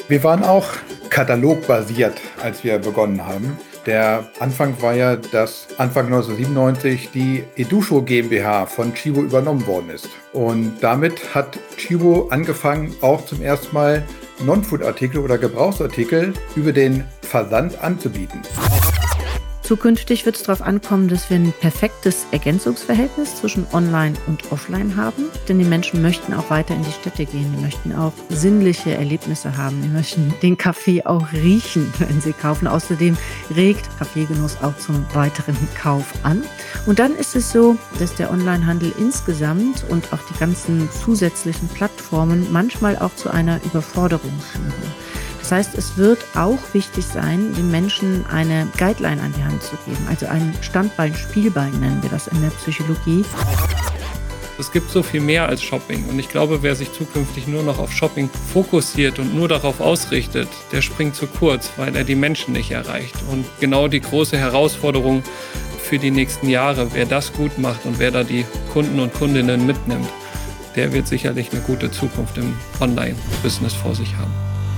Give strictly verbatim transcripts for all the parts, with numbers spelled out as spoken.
Wir waren auch katalogbasiert, als wir begonnen haben. Der Anfang war ja, dass Anfang neunzehnhundertsiebenundneunzig die Edusho GmbH von Tchibo übernommen worden ist. Und damit hat Tchibo angefangen, auch zum ersten Mal Non-Food-Artikel oder Gebrauchsartikel über den Versand anzubieten. Zukünftig wird es darauf ankommen, dass wir ein perfektes Ergänzungsverhältnis zwischen Online und Offline haben. Denn die Menschen möchten auch weiter in die Städte gehen. Die möchten auch sinnliche Erlebnisse haben. Die möchten den Kaffee auch riechen, wenn sie kaufen. Außerdem regt Kaffeegenuss auch zum weiteren Kauf an. Und dann ist es so, dass der Onlinehandel insgesamt und auch die ganzen zusätzlichen Plattformen manchmal auch zu einer Überforderung führen. Das heißt, es wird auch wichtig sein, den Menschen eine Guideline an die Hand zu geben, also ein Standbein, Spielbein nennen wir das in der Psychologie. Es gibt so viel mehr als Shopping und ich glaube, wer sich zukünftig nur noch auf Shopping fokussiert und nur darauf ausrichtet, der springt zu kurz, weil er die Menschen nicht erreicht. Und genau die große Herausforderung für die nächsten Jahre, wer das gut macht und wer da die Kunden und Kundinnen mitnimmt, der wird sicherlich eine gute Zukunft im Online-Business vor sich haben.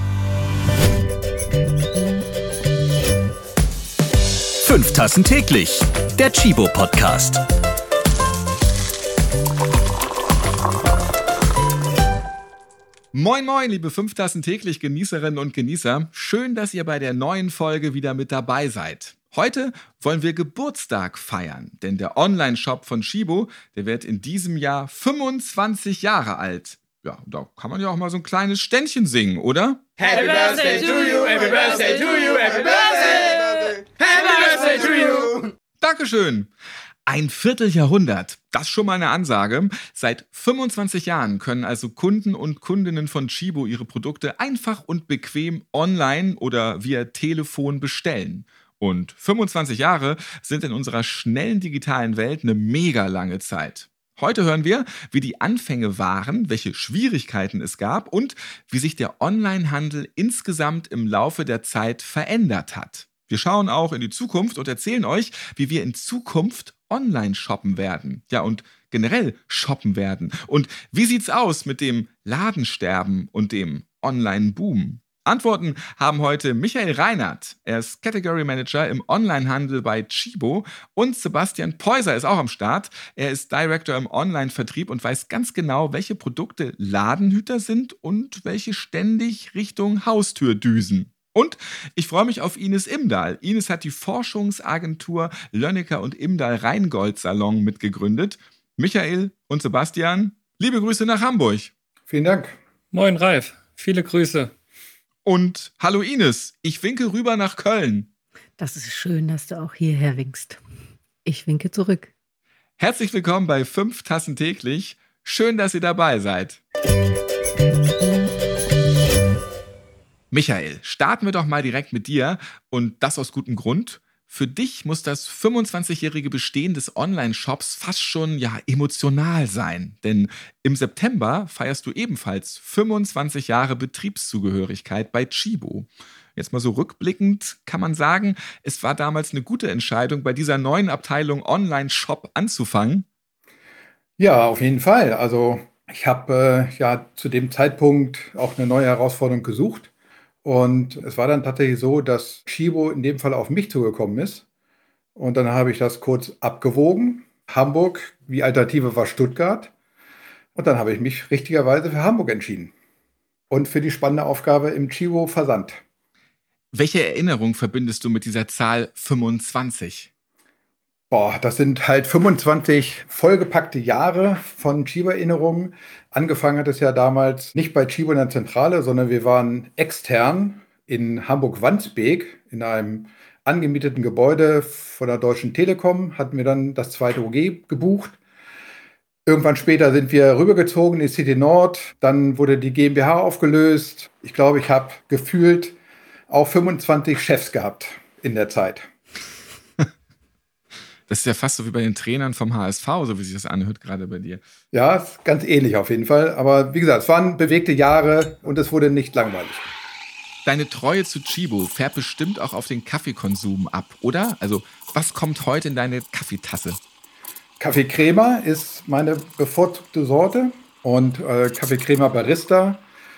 Fünf Tassen täglich, der Tchibo-Podcast. Moin moin, liebe Fünf Tassen täglich Genießerinnen und Genießer. Schön, dass ihr bei der neuen Folge wieder mit dabei seid. Heute wollen wir Geburtstag feiern, denn der Online-Shop von Tchibo, der wird in diesem Jahr fünfundzwanzig Jahre alt. Ja, da kann man ja auch mal so ein kleines Ständchen singen, oder? Happy Birthday to you, Happy Birthday to you, Happy Birthday, Happy Birthday to you. Dankeschön. Ein Vierteljahrhundert, das ist schon mal eine Ansage. Seit fünfundzwanzig Jahren können also Kunden und Kundinnen von Tchibo ihre Produkte einfach und bequem online oder via Telefon bestellen. Und fünfundzwanzig Jahre sind in unserer schnellen digitalen Welt eine mega lange Zeit. Heute hören wir, wie die Anfänge waren, welche Schwierigkeiten es gab und wie sich der Onlinehandel insgesamt im Laufe der Zeit verändert hat. Wir schauen auch in die Zukunft und erzählen euch, wie wir in Zukunft online shoppen werden. Ja, und generell shoppen werden. Und wie sieht's aus mit dem Ladensterben und dem Online-Boom? Antworten haben heute Michael Reinert. Er ist Category Manager im Onlinehandel bei Tchibo und Sebastian Peuser ist auch am Start. Er ist Director im Online-Vertrieb und weiß ganz genau, welche Produkte Ladenhüter sind und welche ständig Richtung Haustür düsen. Und ich freue mich auf Ines Imdahl. Ines hat die Forschungsagentur Lönnecker und Imdahl Rheingold Salon mitgegründet. Michael und Sebastian, liebe Grüße nach Hamburg. Vielen Dank. Moin Ralf, viele Grüße. Und hallo Ines, ich winke rüber nach Köln. Das ist schön, dass du auch hierher winkst. Ich winke zurück. Herzlich willkommen bei Fünf Tassen täglich. Schön, dass ihr dabei seid. Michael, starten wir doch mal direkt mit dir und das aus gutem Grund. Für dich muss das fünfundzwanzigjährige Bestehen des Online-Shops fast schon ja emotional sein. Denn im September feierst du ebenfalls fünfundzwanzig Jahre Betriebszugehörigkeit bei Tchibo. Jetzt mal so rückblickend kann man sagen, es war damals eine gute Entscheidung, bei dieser neuen Abteilung Online-Shop anzufangen. Ja, auf jeden Fall. Also ich habe äh, ja zu dem Zeitpunkt auch eine neue Herausforderung gesucht. Und es war dann tatsächlich so, dass Tchibo in dem Fall auf mich zugekommen ist. Und dann habe ich das kurz abgewogen. Hamburg, die Alternative war Stuttgart. Und dann habe ich mich richtigerweise für Hamburg entschieden. Und für die spannende Aufgabe im Tchibo Versand. Welche Erinnerung verbindest du mit dieser Zahl fünfundzwanzig? Boah, das sind halt fünfundzwanzig vollgepackte Jahre von Tchibo-Erinnerungen. Angefangen hat es ja damals nicht bei Tchibo in der Zentrale, sondern wir waren extern in Hamburg-Wandsbek in einem angemieteten Gebäude von der Deutschen Telekom. Hatten wir dann das zweite O G gebucht. Irgendwann später sind wir rübergezogen in die City Nord. Dann wurde die GmbH aufgelöst. Ich glaube, ich habe gefühlt auch fünfundzwanzig Chefs gehabt in der Zeit. Das ist ja fast so wie bei den Trainern vom H S V, so wie sich das anhört, gerade bei dir. Ja, ist ganz ähnlich auf jeden Fall. Aber wie gesagt, es waren bewegte Jahre und es wurde nicht langweilig. Deine Treue zu Tchibo fährt bestimmt auch auf den Kaffeekonsum ab, oder? Also, was kommt heute in deine Kaffeetasse? Kaffee Crema ist meine bevorzugte Sorte. Und äh, Kaffee Crema Barista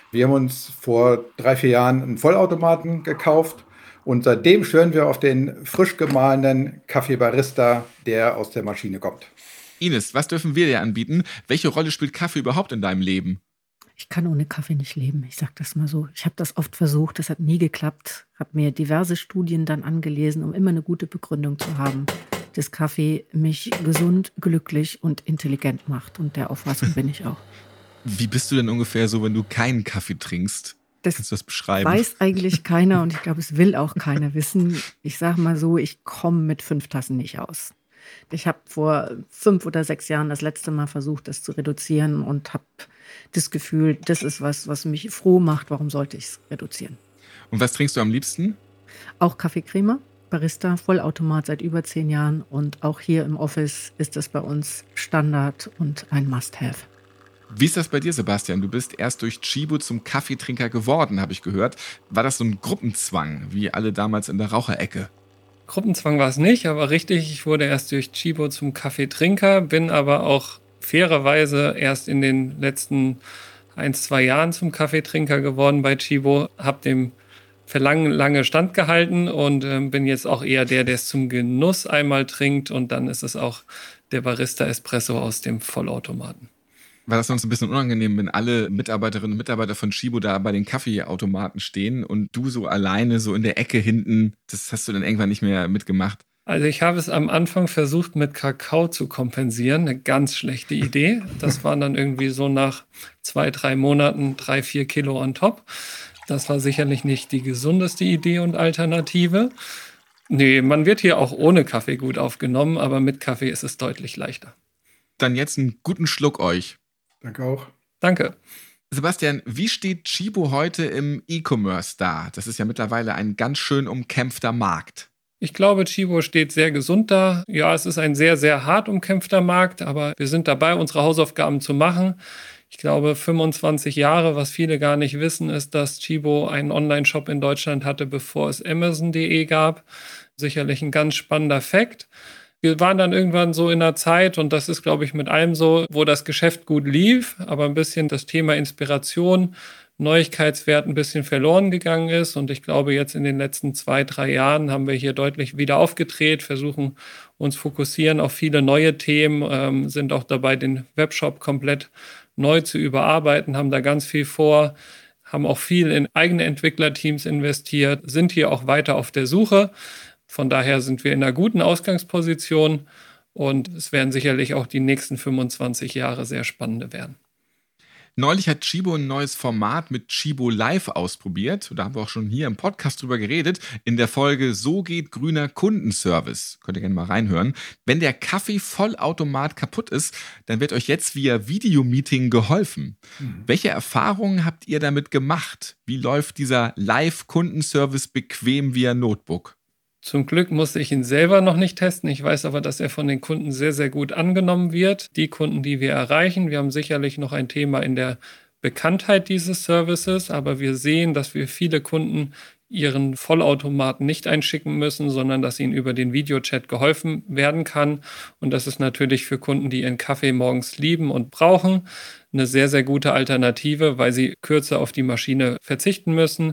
Wir haben uns vor drei, vier Jahren einen Vollautomaten gekauft und seitdem schwören wir auf den frisch gemahlenen Kaffee Barista, der aus der Maschine kommt. Ines, was dürfen wir dir anbieten? Welche Rolle spielt Kaffee überhaupt in deinem Leben? Ich kann ohne Kaffee nicht leben, ich sage das mal so. Ich habe das oft versucht, das hat nie geklappt. Habe mir diverse Studien dann angelesen, um immer eine gute Begründung zu haben, dass Kaffee mich gesund, glücklich und intelligent macht. Und der Auffassung bin ich auch. Wie bist du denn ungefähr so, wenn du keinen Kaffee trinkst? Das Kannst du das beschreiben? Weiß eigentlich keiner und ich glaube, es will auch keiner wissen. Ich sage mal so, ich komme mit fünf Tassen nicht aus. Ich habe vor fünf oder sechs Jahren das letzte Mal versucht, das zu reduzieren und habe das Gefühl, das ist was, was mich froh macht. Warum sollte ich es reduzieren? Und was trinkst du am liebsten? Auch Kaffeecreme, Barista, Vollautomat seit über zehn Jahren. Und auch hier im Office ist das bei uns Standard und ein Must-Have. Wie ist das bei dir, Sebastian? Du bist erst durch Chibo zum Kaffeetrinker geworden, habe ich gehört. War das so ein Gruppenzwang, wie alle damals in der Raucherecke? Gruppenzwang war es nicht, aber richtig, ich wurde erst durch Chibo zum Kaffeetrinker, bin aber auch fairerweise erst in den letzten ein, zwei Jahren zum Kaffeetrinker geworden bei Chibo, habe dem Verlangen lange standgehalten und äh, bin jetzt auch eher der, der es zum Genuss einmal trinkt und dann ist es auch der Barista Espresso aus dem Vollautomaten. War das sonst ein bisschen unangenehm, wenn alle Mitarbeiterinnen und Mitarbeiter von Chibo da bei den Kaffeeautomaten stehen und du so alleine so in der Ecke hinten, das hast du dann irgendwann nicht mehr mitgemacht? Also ich habe es am Anfang versucht, mit Kakao zu kompensieren. Eine ganz schlechte Idee. Das waren dann irgendwie so nach zwei, drei Monaten drei, vier Kilo on top. Das war sicherlich nicht die gesundeste Idee und Alternative. Nee, man wird hier auch ohne Kaffee gut aufgenommen, aber mit Kaffee ist es deutlich leichter. Dann jetzt einen guten Schluck euch. Danke auch. Danke. Sebastian, wie steht Chibo heute im E-Commerce da? Das ist ja mittlerweile ein ganz schön umkämpfter Markt. Ich glaube, Chibo steht sehr gesund da. Ja, es ist ein sehr, sehr hart umkämpfter Markt, aber wir sind dabei, unsere Hausaufgaben zu machen. Ich glaube, fünfundzwanzig Jahre, was viele gar nicht wissen, ist, dass Chibo einen Online-Shop in Deutschland hatte, bevor es Amazon punkt de gab. Sicherlich ein ganz spannender Fakt. Wir waren dann irgendwann so in einer Zeit, und das ist, glaube ich, mit allem so, wo das Geschäft gut lief, aber ein bisschen das Thema Inspiration, Neuigkeitswert ein bisschen verloren gegangen ist. Und ich glaube, jetzt in den letzten zwei, drei Jahren haben wir hier deutlich wieder aufgedreht, versuchen uns fokussieren auf viele neue Themen, ähm, sind auch dabei, den Webshop komplett neu zu überarbeiten, haben da ganz viel vor, haben auch viel in eigene Entwicklerteams investiert, sind hier auch weiter auf der Suche. Von daher sind wir in einer guten Ausgangsposition und es werden sicherlich auch die nächsten fünfundzwanzig Jahre sehr spannende werden. Neulich hat Chibo ein neues Format mit Chibo Live ausprobiert. Da haben wir auch schon hier im Podcast drüber geredet. In der Folge So geht grüner Kundenservice. Könnt ihr gerne mal reinhören. Wenn der Kaffee-Vollautomat kaputt ist, dann wird euch jetzt via Videomeeting geholfen. Mhm. Welche Erfahrungen habt ihr damit gemacht? Wie läuft dieser Live-Kundenservice bequem via Notebook? Zum Glück musste ich ihn selber noch nicht testen. Ich weiß aber, dass er von den Kunden sehr, sehr gut angenommen wird. Die Kunden, die wir erreichen, wir haben sicherlich noch ein Thema in der Bekanntheit dieses Services, aber wir sehen, dass wir viele Kunden ihren Vollautomaten nicht einschicken müssen, sondern dass ihnen über den Videochat geholfen werden kann. Und das ist natürlich für Kunden, die ihren Kaffee morgens lieben und brauchen, eine sehr, sehr gute Alternative, weil sie kürzer auf die Maschine verzichten müssen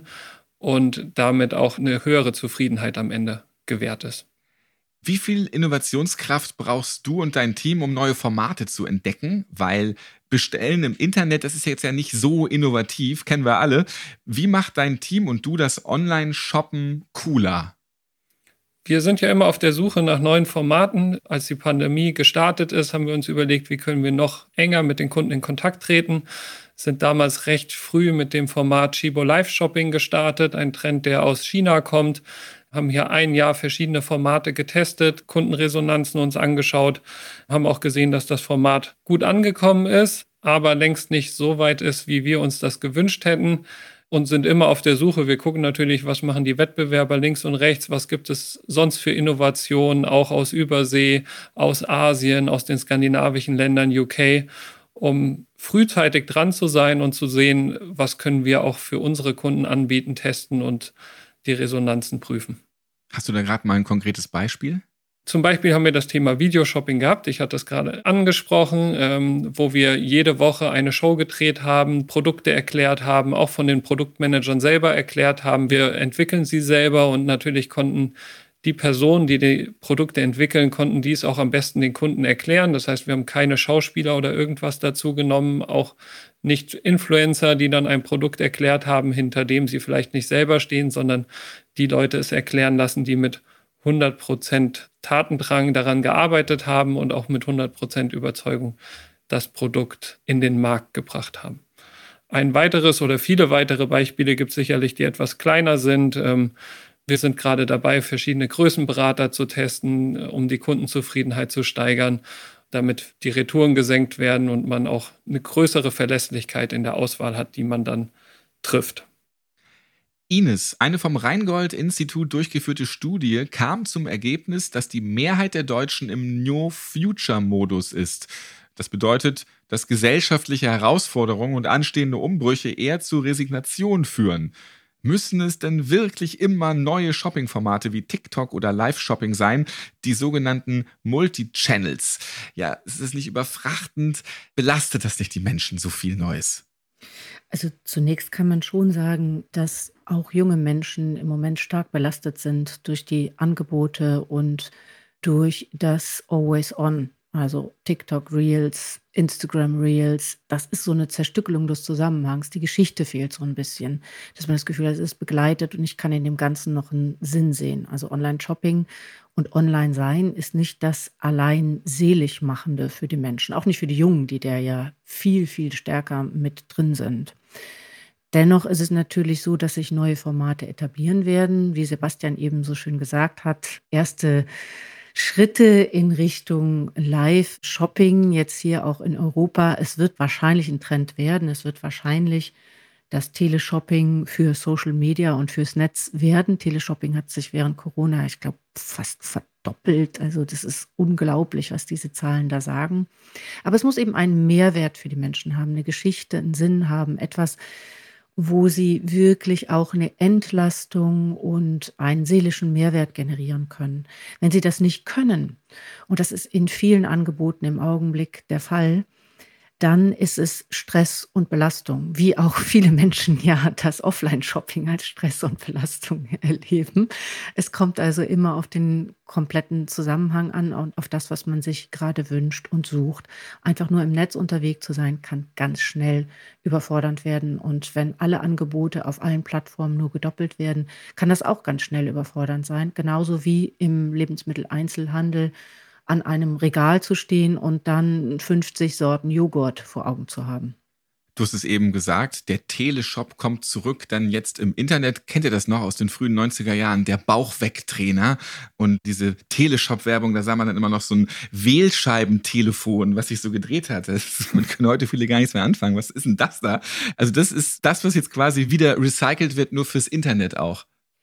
und damit auch eine höhere Zufriedenheit am Ende gewährt ist. Wie viel Innovationskraft brauchst du und dein Team, um neue Formate zu entdecken? Weil Bestellen im Internet, das ist jetzt ja nicht so innovativ, kennen wir alle. Wie macht dein Team und du das Online-Shoppen cooler? Wir sind ja immer auf der Suche nach neuen Formaten. Als die Pandemie gestartet ist, haben wir uns überlegt, wie können wir noch enger mit den Kunden in Kontakt treten. Sind damals recht früh mit dem Format Chibo Live Shopping gestartet, ein Trend, der aus China kommt. Haben hier ein Jahr verschiedene Formate getestet, Kundenresonanzen uns angeschaut, haben auch gesehen, dass das Format gut angekommen ist, aber längst nicht so weit ist, wie wir uns das gewünscht hätten. Und sind immer auf der Suche. Wir gucken natürlich, was machen die Wettbewerber links und rechts, was gibt es sonst für Innovationen, auch aus Übersee, aus Asien, aus den skandinavischen Ländern, U K, um frühzeitig dran zu sein und zu sehen, was können wir auch für unsere Kunden anbieten, testen und die Resonanzen prüfen. Hast du da gerade mal ein konkretes Beispiel? Zum Beispiel haben wir das Thema Videoshopping gehabt. Ich hatte das gerade angesprochen, ähm, wo wir jede Woche eine Show gedreht haben, Produkte erklärt haben, auch von den Produktmanagern selber erklärt haben. Wir entwickeln sie selber und natürlich konnten die Personen, die die Produkte entwickeln, konnten dies auch am besten den Kunden erklären. Das heißt, wir haben keine Schauspieler oder irgendwas dazu genommen, auch nicht Influencer, die dann ein Produkt erklärt haben, hinter dem sie vielleicht nicht selber stehen, sondern die Leute es erklären lassen, die mit hundert Prozent Tatendrang daran gearbeitet haben und auch mit hundert Prozent Überzeugung das Produkt in den Markt gebracht haben. Ein weiteres oder viele weitere Beispiele gibt es sicherlich, die etwas kleiner sind. Wir sind gerade dabei, verschiedene Größenberater zu testen, um die Kundenzufriedenheit zu steigern, damit die Retouren gesenkt werden und man auch eine größere Verlässlichkeit in der Auswahl hat, die man dann trifft. Ines, eine vom Rheingold-Institut durchgeführte Studie kam zum Ergebnis, dass die Mehrheit der Deutschen im No-Future-Modus ist. Das bedeutet, dass gesellschaftliche Herausforderungen und anstehende Umbrüche eher zu Resignation führen. Müssen es denn wirklich immer neue Shopping-Formate wie TikTok oder Live-Shopping sein, die sogenannten Multi-Channels? Ja, ist es nicht überfrachtend? Belastet das nicht die Menschen so viel Neues? Also zunächst kann man schon sagen, dass auch junge Menschen im Moment stark belastet sind durch die Angebote und durch das Always-On. Also TikTok Reels, Instagram Reels, das ist so eine Zerstückelung des Zusammenhangs. Die Geschichte fehlt so ein bisschen, dass man das Gefühl hat, es ist begleitet und ich kann in dem Ganzen noch einen Sinn sehen. Also Online-Shopping und Online-Sein ist nicht das allein Seligmachende für die Menschen, auch nicht für die Jungen, die da ja viel, viel stärker mit drin sind. Dennoch ist es natürlich so, dass sich neue Formate etablieren werden, wie Sebastian eben so schön gesagt hat. Erste Schritte in Richtung Live-Shopping, jetzt hier auch in Europa. Es wird wahrscheinlich ein Trend werden. Es wird wahrscheinlich das Teleshopping für Social Media und fürs Netz werden. Teleshopping hat sich während Corona, ich glaube, fast verdoppelt. Also das ist unglaublich, was diese Zahlen da sagen. Aber es muss eben einen Mehrwert für die Menschen haben, eine Geschichte, einen Sinn haben, etwas, wo sie wirklich auch eine Entlastung und einen seelischen Mehrwert generieren können. Wenn sie das nicht können, und das ist in vielen Angeboten im Augenblick der Fall, dann ist es Stress und Belastung, wie auch viele Menschen ja das Offline-Shopping als Stress und Belastung erleben. Es kommt also immer auf den kompletten Zusammenhang an und auf das, was man sich gerade wünscht und sucht. Einfach nur im Netz unterwegs zu sein, kann ganz schnell überfordernd werden. Und wenn alle Angebote auf allen Plattformen nur gedoppelt werden, kann das auch ganz schnell überfordernd sein. Genauso wie im Lebensmitteleinzelhandel an einem Regal zu stehen und dann fünfzig Sorten Joghurt vor Augen zu haben. Du hast es eben gesagt, der Teleshop kommt zurück, dann jetzt im Internet. Kennt ihr das noch aus den frühen neunziger Jahren? Der Bauchwegtrainer und diese Teleshop-Werbung, da sah man dann immer noch so ein Wählscheibentelefon, was sich so gedreht hat. Das können heute viele gar nichts mehr anfangen. Was ist denn das da? Also das ist das, was jetzt quasi wieder recycelt wird, nur fürs Internet auch.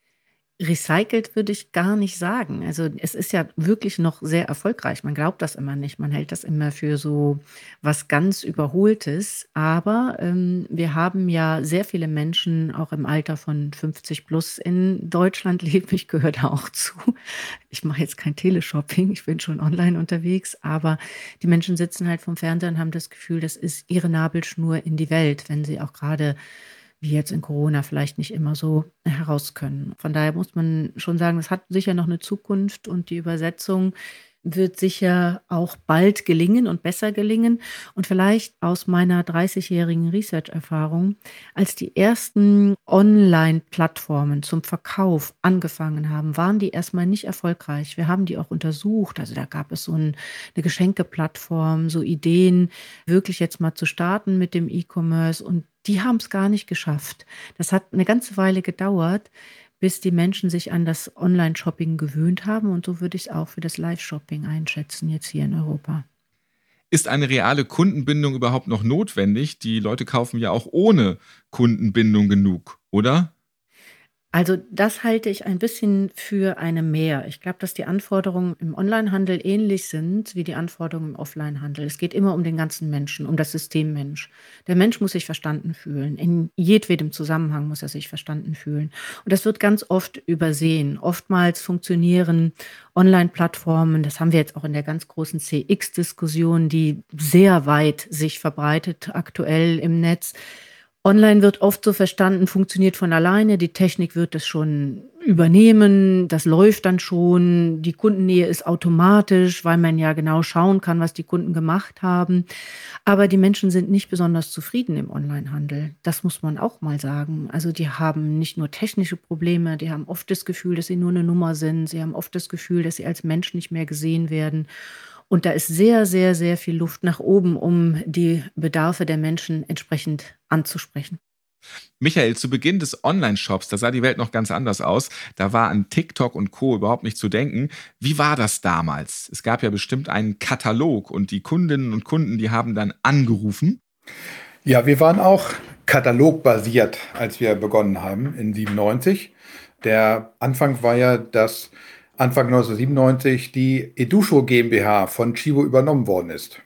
Recycelt würde ich gar nicht sagen. Also es ist ja wirklich noch sehr erfolgreich. Man glaubt das immer nicht. Man hält das immer für so was ganz Überholtes. Aber ähm, wir haben ja sehr viele Menschen auch im Alter von fünfzig plus in Deutschland leben. Ich gehöre da auch zu. Ich mache jetzt kein Teleshopping. Ich bin schon online unterwegs. Aber die Menschen sitzen halt vom Fernseher und haben das Gefühl, das ist ihre Nabelschnur in die Welt, wenn sie auch gerade wie jetzt in Corona vielleicht nicht immer so heraus können. Von daher muss man schon sagen, es hat sicher noch eine Zukunft und die Übersetzung wird sicher auch bald gelingen und besser gelingen. Und vielleicht aus meiner dreißigjährigen Research-Erfahrung, als die ersten Online-Plattformen zum Verkauf angefangen haben, waren die erstmal nicht erfolgreich. Wir haben die auch untersucht. Also da gab es so ein, eine Geschenkeplattform, so Ideen, wirklich jetzt mal zu starten mit dem E-Commerce, und die haben es gar nicht geschafft. Das hat eine ganze Weile gedauert, bis die Menschen sich an das Online-Shopping gewöhnt haben. Und so würde ich es auch für das Live-Shopping einschätzen, jetzt hier in Europa. Ist eine reale Kundenbindung überhaupt noch notwendig? Die Leute kaufen ja auch ohne Kundenbindung genug, oder? Also das halte ich ein bisschen für eine Mehr. Ich glaube, dass die Anforderungen im Onlinehandel ähnlich sind wie die Anforderungen im Offlinehandel. Es geht immer um den ganzen Menschen, um das System Mensch. Der Mensch muss sich verstanden fühlen. In jedwedem Zusammenhang muss er sich verstanden fühlen. Und das wird ganz oft übersehen. Oftmals funktionieren Online-Plattformen, das haben wir jetzt auch in der ganz großen C X-Diskussion, die sehr weit sich verbreitet aktuell im Netz. Online wird oft so verstanden, funktioniert von alleine, die Technik wird das schon übernehmen, das läuft dann schon, die Kundennähe ist automatisch, weil man ja genau schauen kann, was die Kunden gemacht haben. Aber die Menschen sind nicht besonders zufrieden im Onlinehandel. Das muss man auch mal sagen. Also die haben nicht nur technische Probleme, die haben oft das Gefühl, dass sie nur eine Nummer sind, sie haben oft das Gefühl, dass sie als Mensch nicht mehr gesehen werden. Und da ist sehr, sehr, sehr viel Luft nach oben, um die Bedarfe der Menschen entsprechend anzusprechen. Michael, zu Beginn des Online-Shops, da sah die Welt noch ganz anders aus. Da war an TikTok und Co. überhaupt nicht zu denken. Wie war das damals? Es gab ja bestimmt einen Katalog und die Kundinnen und Kunden, die haben dann angerufen. Ja, wir waren auch katalogbasiert, als wir begonnen haben in siebenundneunzig. Der Anfang war ja, dass Anfang neunzehnhundertsiebenundneunzig die Edusho GmbH von Tchibo übernommen worden ist.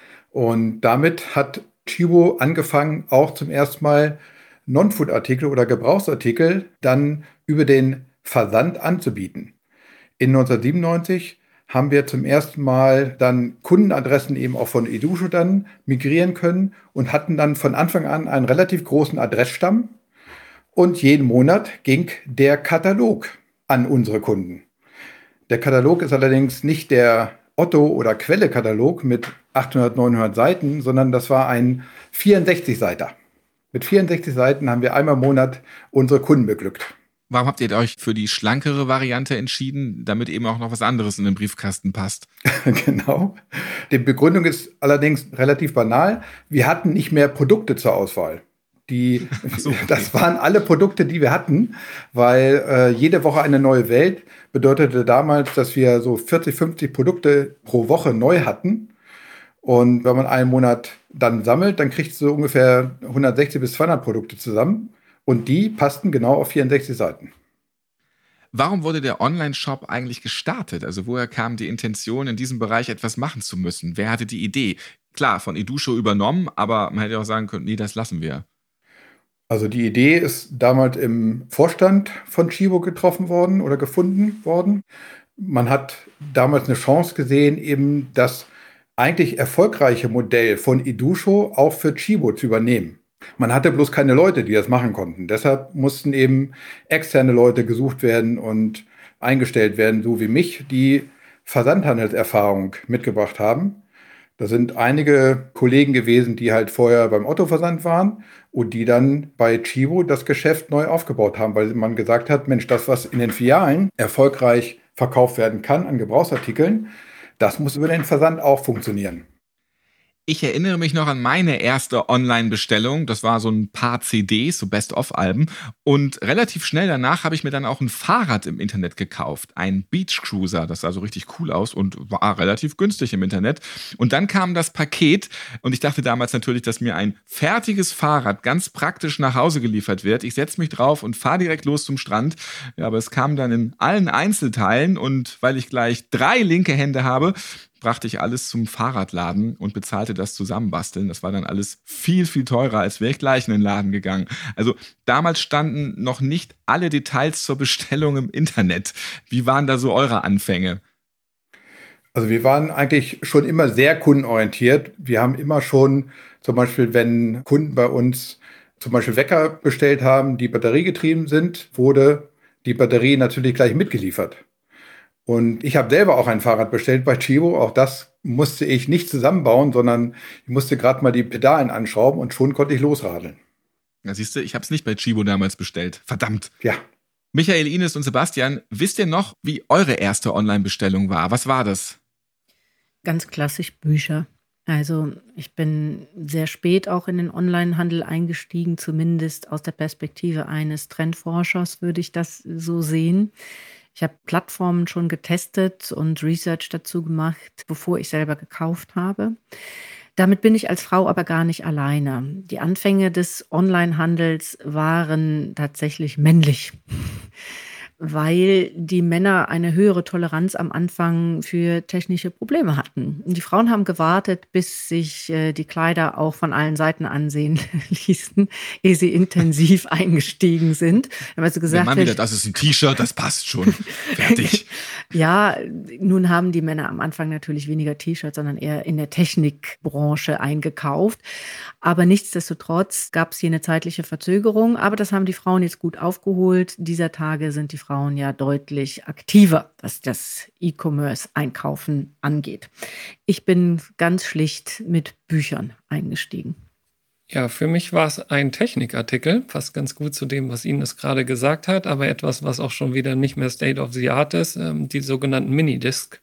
Und damit hat Tchibo angefangen, auch zum ersten Mal Non-Food-Artikel oder Gebrauchsartikel dann über den Versand anzubieten. In neunzehnhundertsiebenundneunzig haben wir zum ersten Mal dann Kundenadressen eben auch von Edusho dann migrieren können und hatten dann von Anfang an einen relativ großen Adressstamm. Und jeden Monat ging der Katalog an unsere Kunden. Der Katalog ist allerdings nicht der Otto- oder Quelle-Katalog mit achthundert, neunhundert Seiten, sondern das war ein vierundsechzig-Seiter. Mit vierundsechzig Seiten haben wir einmal im Monat unsere Kunden beglückt. Warum habt ihr euch für die schlankere Variante entschieden, damit eben auch noch was anderes in den Briefkasten passt? Genau. Die Begründung ist allerdings relativ banal. Wir hatten nicht mehr Produkte zur Auswahl. Die, so, okay. Das waren alle Produkte, die wir hatten, weil äh, jede Woche eine neue Welt bedeutete damals, dass wir so vierzig, fünfzig Produkte pro Woche neu hatten. Und wenn man einen Monat dann sammelt, dann kriegst du so ungefähr hundertsechzig bis zweihundert Produkte zusammen. Und die passten genau auf vierundsechzig Seiten. Warum wurde der Online-Shop eigentlich gestartet? Also woher kam die Intention, in diesem Bereich etwas machen zu müssen? Wer hatte die Idee? Klar, von Edusho übernommen, aber man hätte auch sagen können, nee, das lassen wir. Also die Idee ist damals im Vorstand von Tchibo getroffen worden oder gefunden worden. Man hat damals eine Chance gesehen, eben das eigentlich erfolgreiche Modell von Edusho auch für Tchibo zu übernehmen. Man hatte bloß keine Leute, die das machen konnten. Deshalb mussten eben externe Leute gesucht werden und eingestellt werden, so wie mich, die Versandhandelserfahrung mitgebracht haben. Da sind einige Kollegen gewesen, die halt vorher beim Otto-Versand waren und die dann bei Tchibo das Geschäft neu aufgebaut haben, weil man gesagt hat, Mensch, das, was in den Filialen erfolgreich verkauft werden kann an Gebrauchsartikeln, das muss über den Versand auch funktionieren. Ich erinnere mich noch an meine erste Online-Bestellung. Das war so ein paar C Ds, so Best-of-Alben. Und relativ schnell danach habe ich mir dann auch ein Fahrrad im Internet gekauft. Ein Beach Cruiser. Das sah so richtig cool aus und war relativ günstig im Internet. Und dann kam das Paket. Und ich dachte damals natürlich, dass mir ein fertiges Fahrrad ganz praktisch nach Hause geliefert wird. Ich setze mich drauf und fahre direkt los zum Strand. Ja, aber es kam dann in allen Einzelteilen. Und weil ich gleich drei linke Hände habe, brachte ich alles zum Fahrradladen und bezahlte das Zusammenbasteln. Das war dann alles viel, viel teurer, als wäre ich gleich in den Laden gegangen. Also damals standen noch nicht alle Details zur Bestellung im Internet. Wie waren da so eure Anfänge? Also wir waren eigentlich schon immer sehr kundenorientiert. Wir haben immer schon zum Beispiel, wenn Kunden bei uns zum Beispiel Wecker bestellt haben, die batteriegetrieben sind, wurde die Batterie natürlich gleich mitgeliefert. Und ich habe selber auch ein Fahrrad bestellt bei Tchibo. Auch das musste ich nicht zusammenbauen, sondern ich musste gerade mal die Pedalen anschrauben und schon konnte ich losradeln. Ja, siehst du, ich habe es nicht bei Tchibo damals bestellt. Verdammt. Ja. Michael, Ines und Sebastian, wisst ihr noch, wie eure erste Online-Bestellung war? Was war das? Ganz klassisch Bücher. Also ich bin sehr spät auch in den Onlinehandel eingestiegen, zumindest aus der Perspektive eines Trendforschers würde ich das so sehen. Ich habe Plattformen schon getestet und Research dazu gemacht, bevor ich selber gekauft habe. Damit bin ich als Frau aber gar nicht alleine. Die Anfänge des Onlinehandels waren tatsächlich männlich. weil die Männer eine höhere Toleranz am Anfang für technische Probleme hatten. Und die Frauen haben gewartet, bis sich äh, die Kleider auch von allen Seiten ansehen ließen, ehe sie intensiv eingestiegen sind. Haben also gesagt, Der Mann wieder, das ist ein T-Shirt, das passt schon. Fertig. Ja, nun haben die Männer am Anfang natürlich weniger T-Shirts, sondern eher in der Technikbranche eingekauft. Aber nichtsdestotrotz gab es hier eine zeitliche Verzögerung. Aber das haben die Frauen jetzt gut aufgeholt. Dieser Tage sind die Frauen ja deutlich aktiver, was das E-Commerce-Einkaufen angeht. Ich bin ganz schlicht mit Büchern eingestiegen. Ja, für mich war es ein Technikartikel, passt ganz gut zu dem, was Ines gerade gesagt hat, aber etwas, was auch schon wieder nicht mehr State of the Art ist, ähm, die sogenannten Minidisc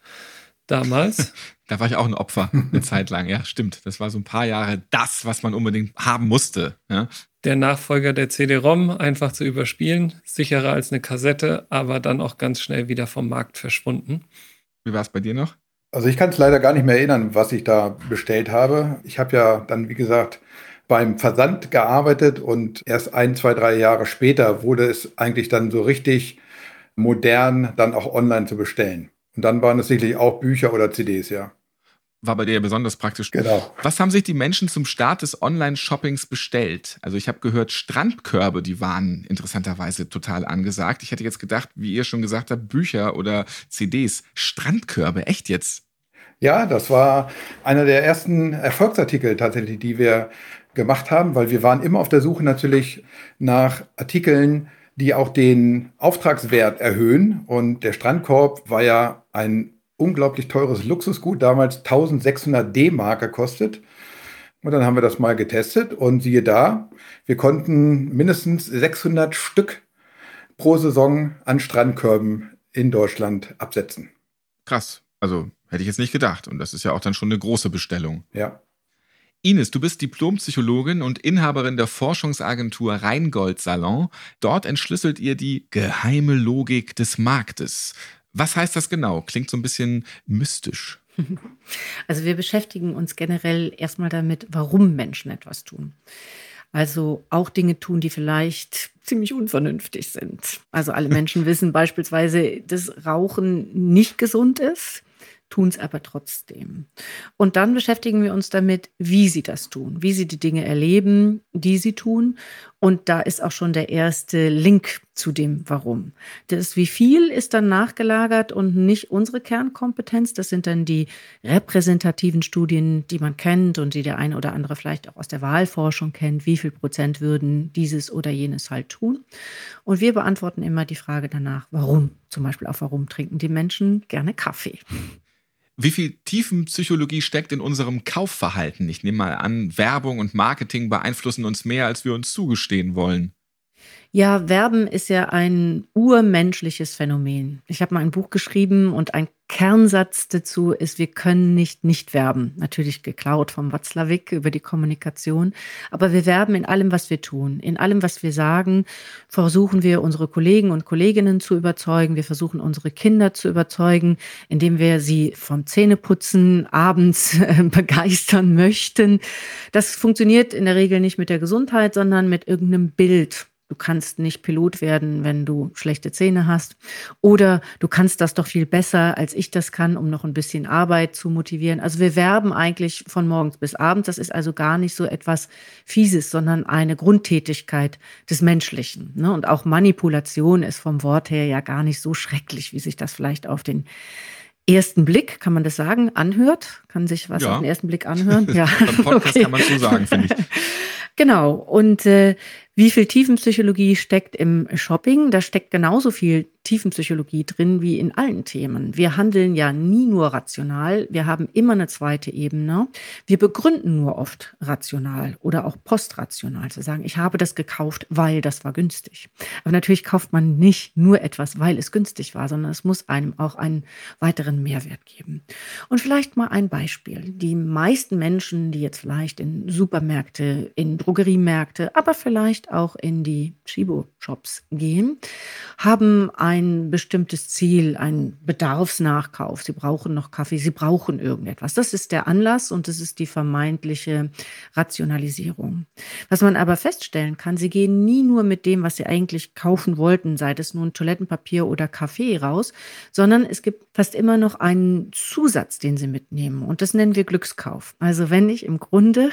damals. Da war ich auch ein Opfer, eine Zeit lang. Ja, stimmt. Das war so ein paar Jahre das, was man unbedingt haben musste. Ja. Der Nachfolger der C D-ROM, einfach zu überspielen, sicherer als eine Kassette, aber dann auch ganz schnell wieder vom Markt verschwunden. Wie war es bei dir noch? Also ich kann es leider gar nicht mehr erinnern, was ich da bestellt habe. Ich habe ja dann, wie gesagt, beim Versand gearbeitet und erst ein, zwei, drei Jahre später wurde es eigentlich dann so richtig modern, dann auch online zu bestellen. Und dann waren es sicherlich auch Bücher oder C Ds, ja. War bei dir ja besonders praktisch. Genau. Was haben sich die Menschen zum Start des Online-Shoppings bestellt? Also ich habe gehört, Strandkörbe, die waren interessanterweise total angesagt. Ich hätte jetzt gedacht, wie ihr schon gesagt habt, Bücher oder C Ds. Strandkörbe, echt jetzt? Ja, das war einer der ersten Erfolgsartikel tatsächlich, die wir gemacht haben, weil wir waren immer auf der Suche natürlich nach Artikeln, die auch den Auftragswert erhöhen. Und der Strandkorb war ja ein unglaublich teures Luxusgut, damals eintausendsechshundert D-Mark gekostet. Und dann haben wir das mal getestet und siehe da, wir konnten mindestens sechshundert Stück pro Saison an Strandkörben in Deutschland absetzen. Krass, also hätte ich jetzt nicht gedacht. Und das ist ja auch dann schon eine große Bestellung. Ja. Ines, du bist Diplompsychologin und Inhaberin der Forschungsagentur Rheingold Salon. Dort entschlüsselt ihr die geheime Logik des Marktes. Was heißt das genau? Klingt so ein bisschen mystisch. Also wir beschäftigen uns generell erstmal damit, warum Menschen etwas tun. Also auch Dinge tun, die vielleicht ziemlich unvernünftig sind. Also alle Menschen wissen beispielsweise, dass Rauchen nicht gesund ist, tun es aber trotzdem. Und dann beschäftigen wir uns damit, wie sie das tun, wie sie die Dinge erleben, die sie tun. Und da ist auch schon der erste Link zu dem Warum. Das Wie viel ist dann nachgelagert und nicht unsere Kernkompetenz. Das sind dann die repräsentativen Studien, die man kennt und die der eine oder andere vielleicht auch aus der Wahlforschung kennt. Wie viel Prozent würden dieses oder jenes halt tun? Und wir beantworten immer die Frage danach, warum? Zum Beispiel auch, warum trinken die Menschen gerne Kaffee? Wie viel Tiefenpsychologie steckt in unserem Kaufverhalten? Ich nehme mal an, Werbung und Marketing beeinflussen uns mehr, als wir uns zugestehen wollen. Ja, Werben ist ja ein urmenschliches Phänomen. Ich habe mal ein Buch geschrieben und ein Kernsatz dazu ist, wir können nicht nicht werben. Natürlich geklaut vom Watzlawick über die Kommunikation. Aber wir werben in allem, was wir tun. In allem, was wir sagen, versuchen wir, unsere Kollegen und Kolleginnen zu überzeugen. Wir versuchen, unsere Kinder zu überzeugen, indem wir sie vom Zähneputzen abends äh, begeistern möchten. Das funktioniert in der Regel nicht mit der Gesundheit, sondern mit irgendeinem Bild. Du kannst nicht Pilot werden, wenn du schlechte Zähne hast. Oder du kannst das doch viel besser, als ich das kann, um noch ein bisschen Arbeit zu motivieren. Also wir werben eigentlich von morgens bis abends. Das ist also gar nicht so etwas Fieses, sondern eine Grundtätigkeit des Menschlichen. Und auch Manipulation ist vom Wort her ja gar nicht so schrecklich, wie sich das vielleicht auf den ersten Blick, kann man das sagen, anhört. Kann sich was ja. auf den ersten Blick anhören? Ja. Beim Podcast Okay. kann man so sagen, finde ich. Genau. Und äh, wie viel Tiefenpsychologie steckt im Shopping? Da steckt genauso viel Tiefenpsychologie drin wie in allen Themen. Wir handeln ja nie nur rational. Wir haben immer eine zweite Ebene. Wir begründen nur oft rational oder auch postrational. Zu sagen, ich habe das gekauft, weil das war günstig. Aber natürlich kauft man nicht nur etwas, weil es günstig war, sondern es muss einem auch einen weiteren Mehrwert geben. Und vielleicht mal ein Beispiel. Die meisten Menschen, die jetzt vielleicht in Supermärkte, in Drogeriemärkte, aber vielleicht auch in die Chibo-Shops gehen, haben ein bestimmtes Ziel, einen Bedarfsnachkauf. Sie brauchen noch Kaffee, sie brauchen irgendetwas. Das ist der Anlass und das ist die vermeintliche Rationalisierung. Was man aber feststellen kann, sie gehen nie nur mit dem, was sie eigentlich kaufen wollten, sei es nun Toilettenpapier oder Kaffee raus, sondern es gibt fast immer noch einen Zusatz, den sie mitnehmen. Und das nennen wir Glückskauf. Also wenn ich im Grunde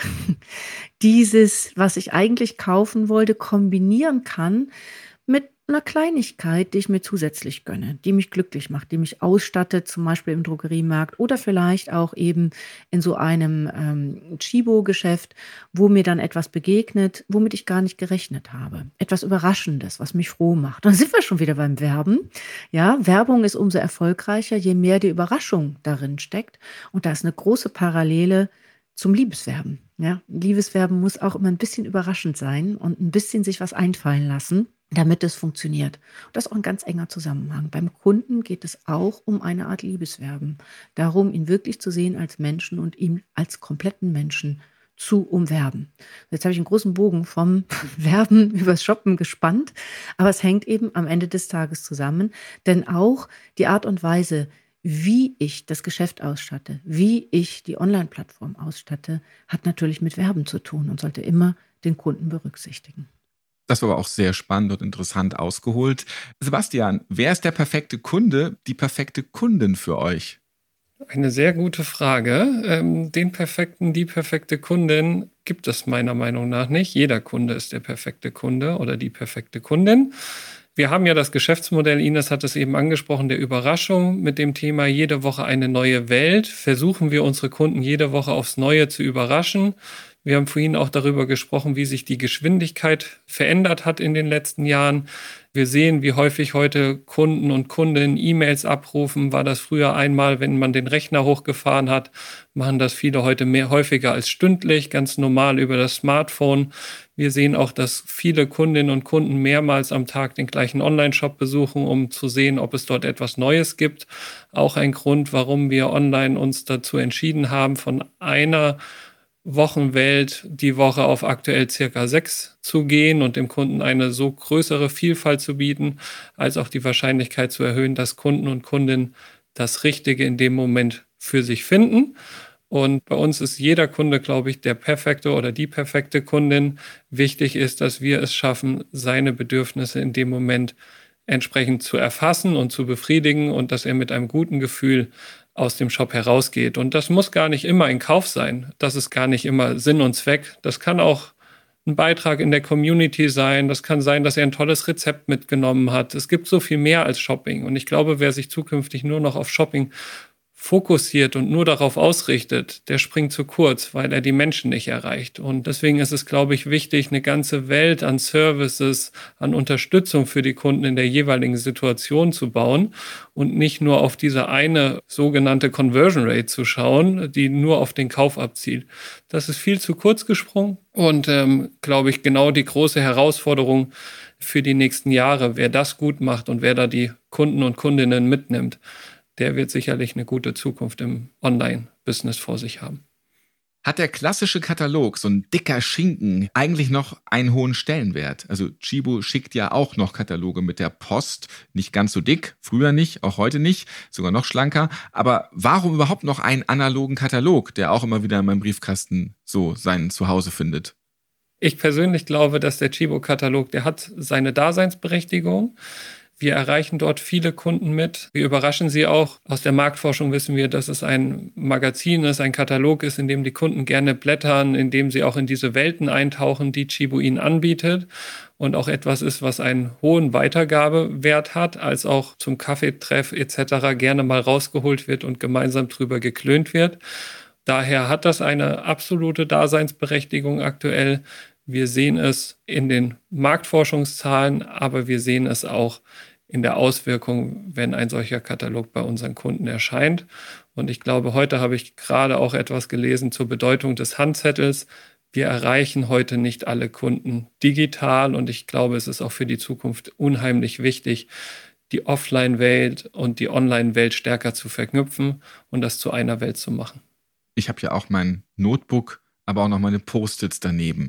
dieses, was ich eigentlich kaufen wollte, kombinieren kann mit einer Kleinigkeit, die ich mir zusätzlich gönne, die mich glücklich macht, die mich ausstattet, zum Beispiel im Drogeriemarkt oder vielleicht auch eben in so einem ähm, Chibo-Geschäft, wo mir dann etwas begegnet, womit ich gar nicht gerechnet habe. Etwas Überraschendes, was mich froh macht. Und dann sind wir schon wieder beim Werben. Ja, Werbung ist umso erfolgreicher, je mehr die Überraschung darin steckt. Und da ist eine große Parallele zum Liebeswerben. Ja, Liebeswerben muss auch immer ein bisschen überraschend sein und ein bisschen sich was einfallen lassen, damit es funktioniert. Das ist auch ein ganz enger Zusammenhang. Beim Kunden geht es auch um eine Art Liebeswerben. Darum, ihn wirklich zu sehen als Menschen und ihn als kompletten Menschen zu umwerben. Jetzt habe ich einen großen Bogen vom Werben übers Shoppen gespannt, aber es hängt eben am Ende des Tages zusammen, denn auch die Art und Weise, wie ich das Geschäft ausstatte, wie ich die Online-Plattform ausstatte, hat natürlich mit Werben zu tun und sollte immer den Kunden berücksichtigen. Das war aber auch sehr spannend und interessant ausgeholt. Sebastian, wer ist der perfekte Kunde, die perfekte Kundin für euch? Eine sehr gute Frage. Ähm, den perfekten, die perfekte Kundin gibt es meiner Meinung nach nicht. Jeder Kunde ist der perfekte Kunde oder die perfekte Kundin. Wir haben ja das Geschäftsmodell, Ines hat es eben angesprochen, der Überraschung mit dem Thema jede Woche eine neue Welt. Versuchen wir unsere Kunden jede Woche aufs Neue zu überraschen. Wir haben vorhin auch darüber gesprochen, wie sich die Geschwindigkeit verändert hat in den letzten Jahren. Wir sehen, wie häufig heute Kunden und Kundinnen E-Mails abrufen. War das früher einmal, wenn man den Rechner hochgefahren hat, machen das viele heute mehr häufiger als stündlich, ganz normal über das Smartphone. Wir sehen auch, dass viele Kundinnen und Kunden mehrmals am Tag den gleichen Online-Shop besuchen, um zu sehen, ob es dort etwas Neues gibt. Auch ein Grund, warum wir online uns dazu entschieden haben, von einer Wochenwelt die Woche auf aktuell circa sechs zu gehen und dem Kunden eine so größere Vielfalt zu bieten, als auch die Wahrscheinlichkeit zu erhöhen, dass Kunden und Kundinnen das Richtige in dem Moment für sich finden. Und bei uns ist jeder Kunde, glaube ich, der perfekte oder die perfekte Kundin. Wichtig ist, dass wir es schaffen, seine Bedürfnisse in dem Moment entsprechend zu erfassen und zu befriedigen und dass er mit einem guten Gefühl aus dem Shop herausgeht. Und das muss gar nicht immer ein Kauf sein. Das ist gar nicht immer Sinn und Zweck. Das kann auch ein Beitrag in der Community sein. Das kann sein, dass er ein tolles Rezept mitgenommen hat. Es gibt so viel mehr als Shopping. Und ich glaube, wer sich zukünftig nur noch auf Shopping fokussiert und nur darauf ausrichtet, der springt zu kurz, weil er die Menschen nicht erreicht. Und deswegen ist es, glaube ich, wichtig, eine ganze Welt an Services, an Unterstützung für die Kunden in der jeweiligen Situation zu bauen und nicht nur auf diese eine sogenannte Conversion Rate zu schauen, die nur auf den Kauf abzielt. Das ist viel zu kurz gesprungen und, ähm, glaube ich, genau die große Herausforderung für die nächsten Jahre. Wer das gut macht und wer da die Kunden und Kundinnen mitnimmt, der wird sicherlich eine gute Zukunft im Online-Business vor sich haben. Hat der klassische Katalog, so ein dicker Schinken, eigentlich noch einen hohen Stellenwert? Also Chibo schickt ja auch noch Kataloge mit der Post. Nicht ganz so dick, früher nicht, auch heute nicht, sogar noch schlanker. Aber warum überhaupt noch einen analogen Katalog, der auch immer wieder in meinem Briefkasten so sein Zuhause findet? Ich persönlich glaube, dass der Chibo-Katalog, der hat seine Daseinsberechtigung. Wir erreichen dort viele Kunden mit. Wir überraschen sie auch. Aus der Marktforschung wissen wir, dass es ein Magazin ist, ein Katalog ist, in dem die Kunden gerne blättern, in dem sie auch in diese Welten eintauchen, die Chibo ihnen anbietet. Und auch etwas ist, was einen hohen Weitergabewert hat, als auch zum Kaffeetreff et cetera gerne mal rausgeholt wird und gemeinsam drüber geklönt wird. Daher hat das eine absolute Daseinsberechtigung aktuell. Wir sehen es in den Marktforschungszahlen, aber wir sehen es auch in der Auswirkung, wenn ein solcher Katalog bei unseren Kunden erscheint. Und ich glaube, heute habe ich gerade auch etwas gelesen zur Bedeutung des Handzettels. Wir erreichen heute nicht alle Kunden digital und ich glaube, es ist auch für die Zukunft unheimlich wichtig, die Offline-Welt und die Online-Welt stärker zu verknüpfen und das zu einer Welt zu machen. Ich habe ja auch mein Notebook, aber auch noch meine Post-its daneben.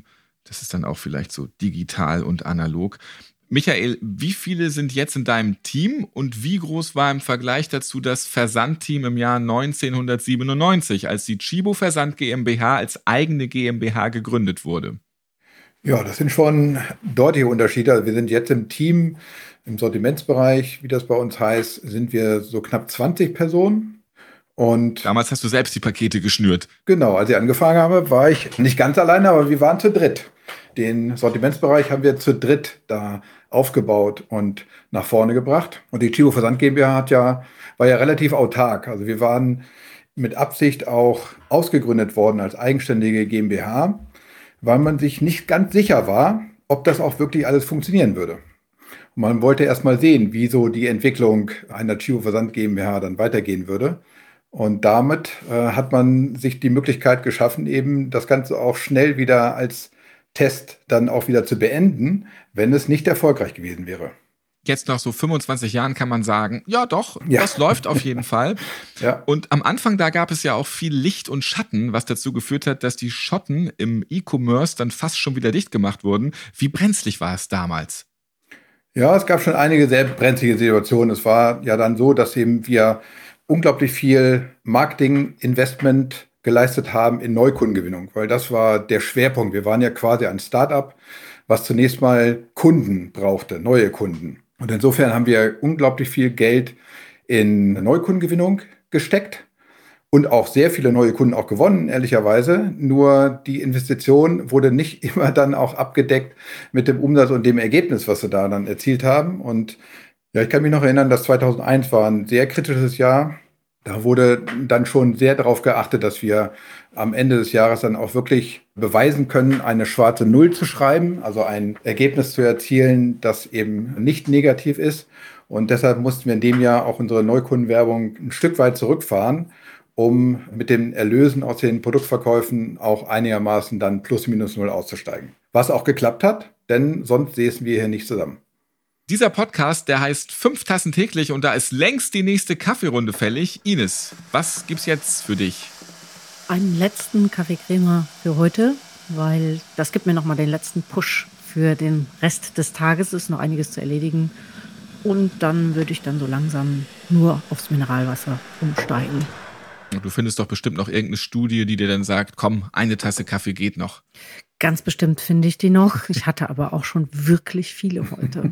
Das ist dann auch vielleicht so digital und analog. Michael, wie viele sind jetzt in deinem Team und wie groß war im Vergleich dazu das Versandteam im Jahr neunzehnhundertsiebenundneunzig, als die Chibo Versand GmbH als eigene GmbH gegründet wurde? Ja, das sind schon deutliche Unterschiede. Also wir sind jetzt im Team, im Sortimentsbereich, wie das bei uns heißt, sind wir so knapp zwanzig Personen. Und damals hast du selbst die Pakete geschnürt. Genau, als ich angefangen habe, war ich nicht ganz alleine, aber wir waren zu dritt. Den Sortimentsbereich haben wir zu dritt da aufgebaut und nach vorne gebracht. Und die Chibo Versand GmbH hat ja, war ja relativ autark. Also wir waren mit Absicht auch ausgegründet worden als eigenständige GmbH, weil man sich nicht ganz sicher war, ob das auch wirklich alles funktionieren würde. Und man wollte erst mal sehen, wie so die Entwicklung einer Chibo Versand GmbH dann weitergehen würde. Und damit äh, hat man sich die Möglichkeit geschaffen, eben das Ganze auch schnell wieder als Test dann auch wieder zu beenden, wenn es nicht erfolgreich gewesen wäre. Jetzt nach so fünfundzwanzig Jahren kann man sagen, ja doch, ja. das läuft auf jeden Fall. Ja. Und am Anfang, da gab es ja auch viel Licht und Schatten, was dazu geführt hat, dass die Schotten im E-Commerce dann fast schon wieder dicht gemacht wurden. Wie brenzlig war es damals? Ja, es gab schon einige sehr brenzlige Situationen. Es war ja dann so, dass eben wir unglaublich viel Marketing-Investment geleistet haben in Neukundengewinnung, weil das war der Schwerpunkt. Wir waren ja quasi ein Start-up, was zunächst mal Kunden brauchte, neue Kunden. Und insofern haben wir unglaublich viel Geld in Neukundengewinnung gesteckt und auch sehr viele neue Kunden auch gewonnen, ehrlicherweise. Nur die Investition wurde nicht immer dann auch abgedeckt mit dem Umsatz und dem Ergebnis, was wir da dann erzielt haben. Und ja, ich kann mich noch erinnern, dass zweitausendeins war ein sehr kritisches Jahr. Da wurde dann schon sehr darauf geachtet, dass wir am Ende des Jahres dann auch wirklich beweisen können, eine schwarze Null zu schreiben, also ein Ergebnis zu erzielen, das eben nicht negativ ist. Und deshalb mussten wir in dem Jahr auch unsere Neukundenwerbung ein Stück weit zurückfahren, um mit den Erlösen aus den Produktverkäufen auch einigermaßen dann plus minus null auszusteigen. Was auch geklappt hat, denn sonst säßen wir hier nicht zusammen. Dieser Podcast, der heißt fünf Tassen täglich und da ist längst die nächste Kaffeerunde fällig. Ines, was gibt's jetzt für dich? Einen letzten Kaffeecremer für heute, weil das gibt mir nochmal den letzten Push für den Rest des Tages. Es ist noch einiges zu erledigen. Und dann würde ich dann so langsam nur aufs Mineralwasser umsteigen. Du findest doch bestimmt noch irgendeine Studie, die dir dann sagt, komm, eine Tasse Kaffee geht noch. Ganz bestimmt finde ich die noch. Ich hatte aber auch schon wirklich viele heute.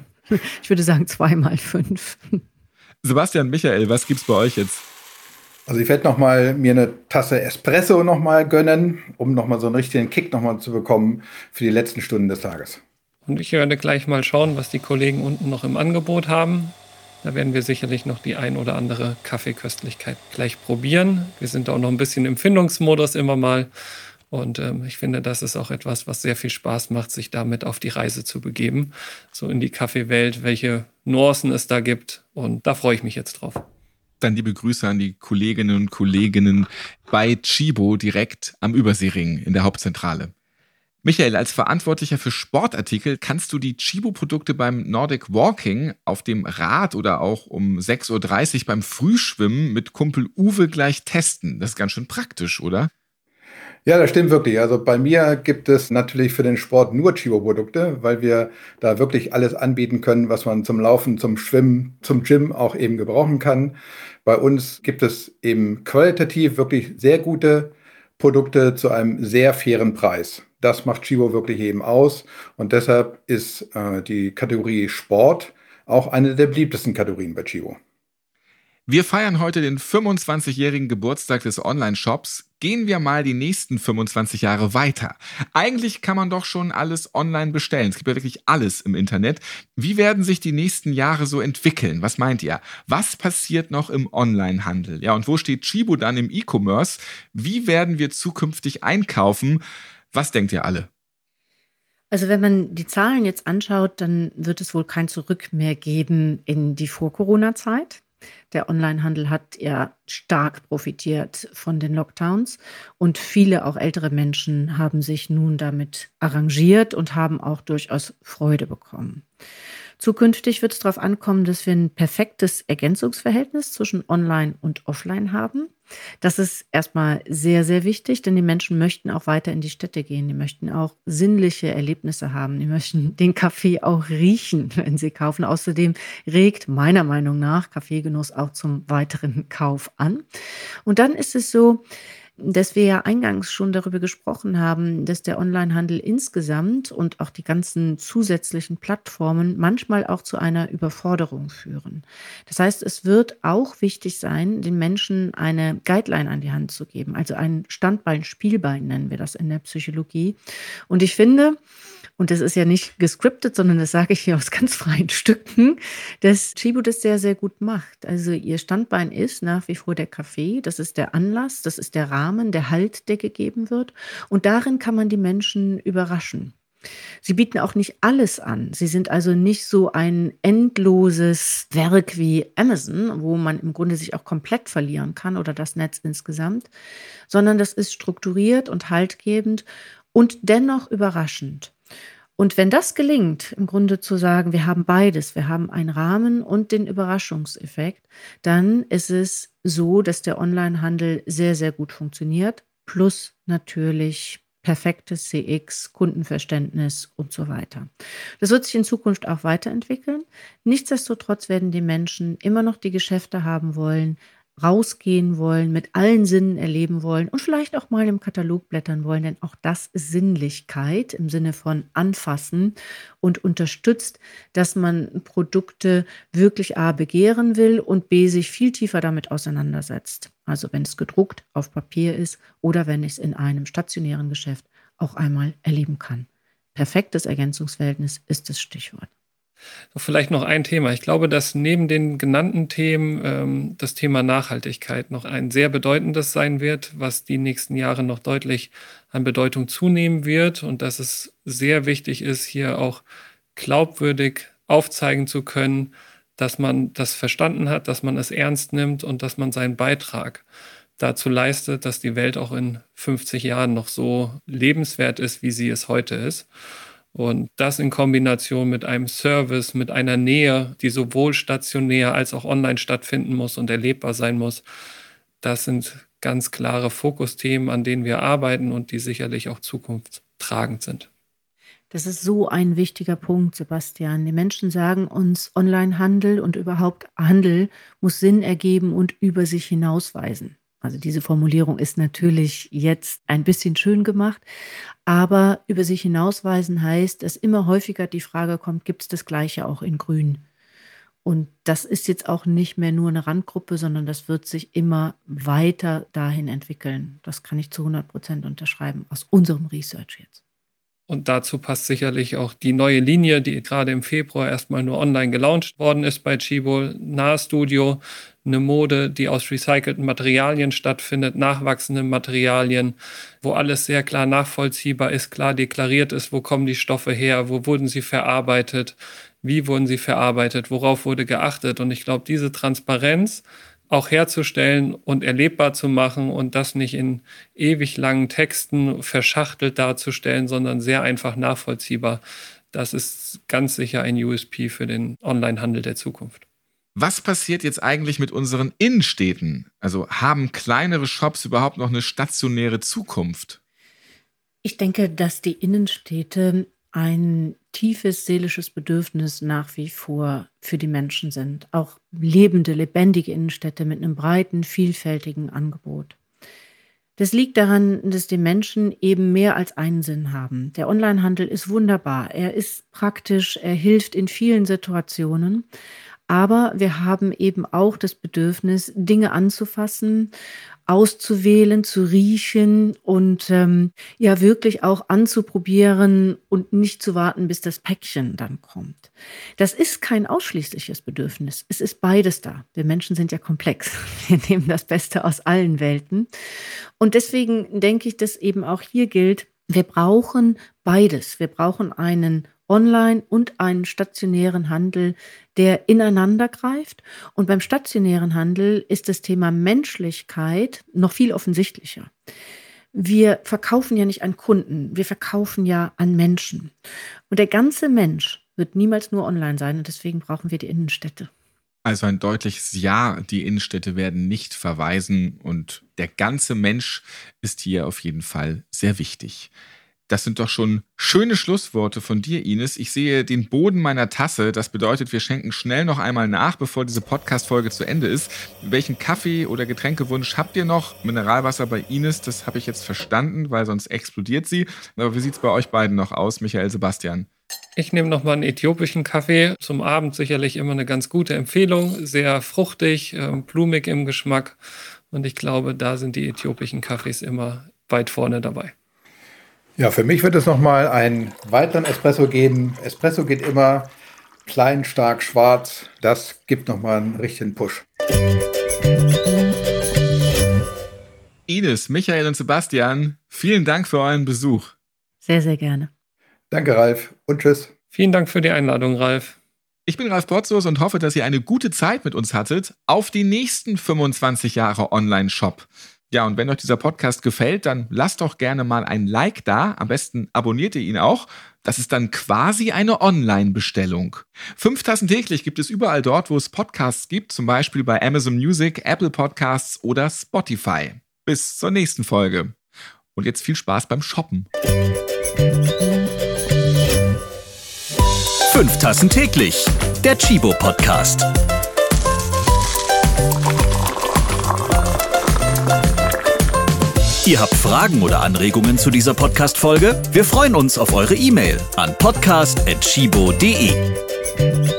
Ich würde sagen zweimal fünf. Sebastian, Michael, was gibt's bei euch jetzt? Also ich werde noch mal mir eine Tasse Espresso noch mal gönnen, um noch mal so einen richtigen Kick noch mal zu bekommen für die letzten Stunden des Tages. Und ich werde gleich mal schauen, was die Kollegen unten noch im Angebot haben. Da werden wir sicherlich noch die ein oder andere Kaffeeköstlichkeit gleich probieren. Wir sind auch noch ein bisschen im Findungsmodus immer mal. Und ähm, ich finde, das ist auch etwas, was sehr viel Spaß macht, sich damit auf die Reise zu begeben. So in die Kaffeewelt, welche Nuancen es da gibt. Und da freue ich mich jetzt drauf. Dann liebe Grüße an die Kolleginnen und Kollegen bei Chibo direkt am Überseering in der Hauptzentrale. Michael, als Verantwortlicher für Sportartikel kannst du die Chibo-Produkte beim Nordic Walking auf dem Rad oder auch um sechs Uhr dreißig beim Frühschwimmen mit Kumpel Uwe gleich testen. Das ist ganz schön praktisch, oder? Ja, das stimmt wirklich. Also bei mir gibt es natürlich für den Sport nur Chibo-Produkte, weil wir da wirklich alles anbieten können, was man zum Laufen, zum Schwimmen, zum Gym auch eben gebrauchen kann. Bei uns gibt es eben qualitativ wirklich sehr gute Produkte zu einem sehr fairen Preis. Das macht Chibo wirklich eben aus und deshalb ist äh, die Kategorie Sport auch eine der beliebtesten Kategorien bei Chibo. Wir feiern heute den fünfundzwanzigjährigen Geburtstag des Online-Shops. Gehen wir mal die nächsten fünfundzwanzig Jahre weiter. Eigentlich kann man doch schon alles online bestellen. Es gibt ja wirklich alles im Internet. Wie werden sich die nächsten Jahre so entwickeln? Was meint ihr? Was passiert noch im Online-Handel? Ja, und wo steht Chibo dann im E-Commerce? Wie werden wir zukünftig einkaufen? Was denkt ihr alle? Also wenn man die Zahlen jetzt anschaut, dann wird es wohl kein Zurück mehr geben in die Vor-Corona-Zeit. Der Onlinehandel hat ja stark profitiert von den Lockdowns und viele, auch ältere Menschen, haben sich nun damit arrangiert und haben auch durchaus Freude bekommen. Zukünftig wird es darauf ankommen, dass wir ein perfektes Ergänzungsverhältnis zwischen Online und Offline haben. Das ist erstmal sehr, sehr wichtig, denn die Menschen möchten auch weiter in die Städte gehen. Die möchten auch sinnliche Erlebnisse haben. Die möchten den Kaffee auch riechen, wenn sie kaufen. Außerdem regt meiner Meinung nach Kaffeegenuss auch zum weiteren Kauf an. Und dann ist es so, dass wir ja eingangs schon darüber gesprochen haben, dass der Onlinehandel insgesamt und auch die ganzen zusätzlichen Plattformen manchmal auch zu einer Überforderung führen. Das heißt, es wird auch wichtig sein, den Menschen eine Guideline an die Hand zu geben, also ein Standbein, Spielbein nennen wir das in der Psychologie. Und ich finde, und das ist ja nicht gescriptet, sondern das sage ich hier aus ganz freien Stücken, dass Tchibo das sehr, sehr gut macht. Also ihr Standbein ist nach wie vor der Kaffee, das ist der Anlass, das ist der Rahmen, der Halt, der gegeben wird. Und darin kann man die Menschen überraschen. Sie bieten auch nicht alles an. Sie sind also nicht so ein endloses Werk wie Amazon, wo man im Grunde sich auch komplett verlieren kann oder das Netz insgesamt, sondern das ist strukturiert und haltgebend und dennoch überraschend. Und wenn das gelingt, im Grunde zu sagen, wir haben beides, wir haben einen Rahmen und den Überraschungseffekt, dann ist es so, dass der Onlinehandel sehr, sehr gut funktioniert, plus natürlich perfektes C X, Kundenverständnis und so weiter. Das wird sich in Zukunft auch weiterentwickeln. Nichtsdestotrotz werden die Menschen immer noch die Geschäfte haben wollen, rausgehen wollen, mit allen Sinnen erleben wollen und vielleicht auch mal im Katalog blättern wollen, denn auch das ist Sinnlichkeit im Sinne von anfassen und unterstützt, dass man Produkte wirklich A begehren will und B sich viel tiefer damit auseinandersetzt. Also wenn es gedruckt auf Papier ist oder wenn ich es in einem stationären Geschäft auch einmal erleben kann. Perfektes Ergänzungsverhältnis ist das Stichwort. Vielleicht noch ein Thema. Ich glaube, dass neben den genannten Themen ähm, das Thema Nachhaltigkeit noch ein sehr bedeutendes sein wird, was die nächsten Jahre noch deutlich an Bedeutung zunehmen wird und dass es sehr wichtig ist, hier auch glaubwürdig aufzeigen zu können, dass man das verstanden hat, dass man es ernst nimmt und dass man seinen Beitrag dazu leistet, dass die Welt auch in fünfzig Jahren noch so lebenswert ist, wie sie es heute ist. Und das in Kombination mit einem Service, mit einer Nähe, die sowohl stationär als auch online stattfinden muss und erlebbar sein muss, das sind ganz klare Fokusthemen, an denen wir arbeiten und die sicherlich auch zukunftstragend sind. Das ist so ein wichtiger Punkt, Sebastian. Die Menschen sagen uns, Onlinehandel und überhaupt Handel muss Sinn ergeben und über sich hinausweisen. Also diese Formulierung ist natürlich jetzt ein bisschen schön gemacht, aber über sich hinausweisen heißt, dass immer häufiger die Frage kommt, gibt es das Gleiche auch in Grün? Und das ist jetzt auch nicht mehr nur eine Randgruppe, sondern das wird sich immer weiter dahin entwickeln. Das kann ich zu hundert Prozent unterschreiben, aus unserem Research jetzt. Und dazu passt sicherlich auch die neue Linie, die gerade im Februar erstmal nur online gelauncht worden ist bei Tchibo, Nahstudio, eine Mode, die aus recycelten Materialien stattfindet, nachwachsenden Materialien, wo alles sehr klar nachvollziehbar ist, klar deklariert ist, wo kommen die Stoffe her, wo wurden sie verarbeitet, wie wurden sie verarbeitet, worauf wurde geachtet. Und ich glaube, diese Transparenz auch herzustellen und erlebbar zu machen und das nicht in ewig langen Texten verschachtelt darzustellen, sondern sehr einfach nachvollziehbar. Das ist ganz sicher ein U S P für den Onlinehandel der Zukunft. Was passiert jetzt eigentlich mit unseren Innenstädten? Also haben kleinere Shops überhaupt noch eine stationäre Zukunft? Ich denke, dass die Innenstädte ein tiefes seelisches Bedürfnis nach wie vor für die Menschen sind. Auch lebende, lebendige Innenstädte mit einem breiten, vielfältigen Angebot. Das liegt daran, dass die Menschen eben mehr als einen Sinn haben. Der Onlinehandel ist wunderbar, er ist praktisch, er hilft in vielen Situationen. Aber wir haben eben auch das Bedürfnis, Dinge anzufassen, auszuwählen, zu riechen und ähm, ja wirklich auch anzuprobieren und nicht zu warten, bis das Päckchen dann kommt. Das ist kein ausschließliches Bedürfnis. Es ist beides da. Wir Menschen sind ja komplex. Wir nehmen das Beste aus allen Welten. Und deswegen denke ich, dass eben auch hier gilt, wir brauchen beides. Wir brauchen einen Online- und einen stationären Handel, der ineinander greift. Und beim stationären Handel ist das Thema Menschlichkeit noch viel offensichtlicher. Wir verkaufen ja nicht an Kunden, wir verkaufen ja an Menschen. Und der ganze Mensch wird niemals nur online sein und deswegen brauchen wir die Innenstädte. Also ein deutliches Ja, die Innenstädte werden nicht verwaisen und der ganze Mensch ist hier auf jeden Fall sehr wichtig. Das sind doch schon schöne Schlussworte von dir, Ines. Ich sehe den Boden meiner Tasse. Das bedeutet, wir schenken schnell noch einmal nach, bevor diese Podcast-Folge zu Ende ist. Welchen Kaffee- oder Getränkewunsch habt ihr noch? Mineralwasser bei Ines, das habe ich jetzt verstanden, weil sonst explodiert sie. Aber wie sieht es bei euch beiden noch aus, Michael, Sebastian? Ich nehme nochmal einen äthiopischen Kaffee. Zum Abend sicherlich immer eine ganz gute Empfehlung. Sehr fruchtig, äh, blumig im Geschmack. Und ich glaube, da sind die äthiopischen Kaffees immer weit vorne dabei. Ja, für mich wird es nochmal einen weiteren Espresso geben. Espresso geht immer klein, stark, schwarz. Das gibt nochmal einen richtigen Push. Ines, Michael und Sebastian, vielen Dank für euren Besuch. Sehr, sehr gerne. Danke, Ralf, und tschüss. Vielen Dank für die Einladung, Ralf. Ich bin Ralf Potzus und hoffe, dass ihr eine gute Zeit mit uns hattet. Auf die nächsten fünfundzwanzig Jahre Online-Shop. Ja, und wenn euch dieser Podcast gefällt, dann lasst doch gerne mal ein Like da. Am besten abonniert ihr ihn auch. Das ist dann quasi eine Online-Bestellung. Fünf Tassen täglich gibt es überall dort, wo es Podcasts gibt. Zum Beispiel bei Amazon Music, Apple Podcasts oder Spotify. Bis zur nächsten Folge. Und jetzt viel Spaß beim Shoppen. Fünf Tassen täglich. Der Chibo Podcast. Ihr habt Fragen oder Anregungen zu dieser Podcast-Folge? Wir freuen uns auf eure E-Mail an podcast at chibo punkt de.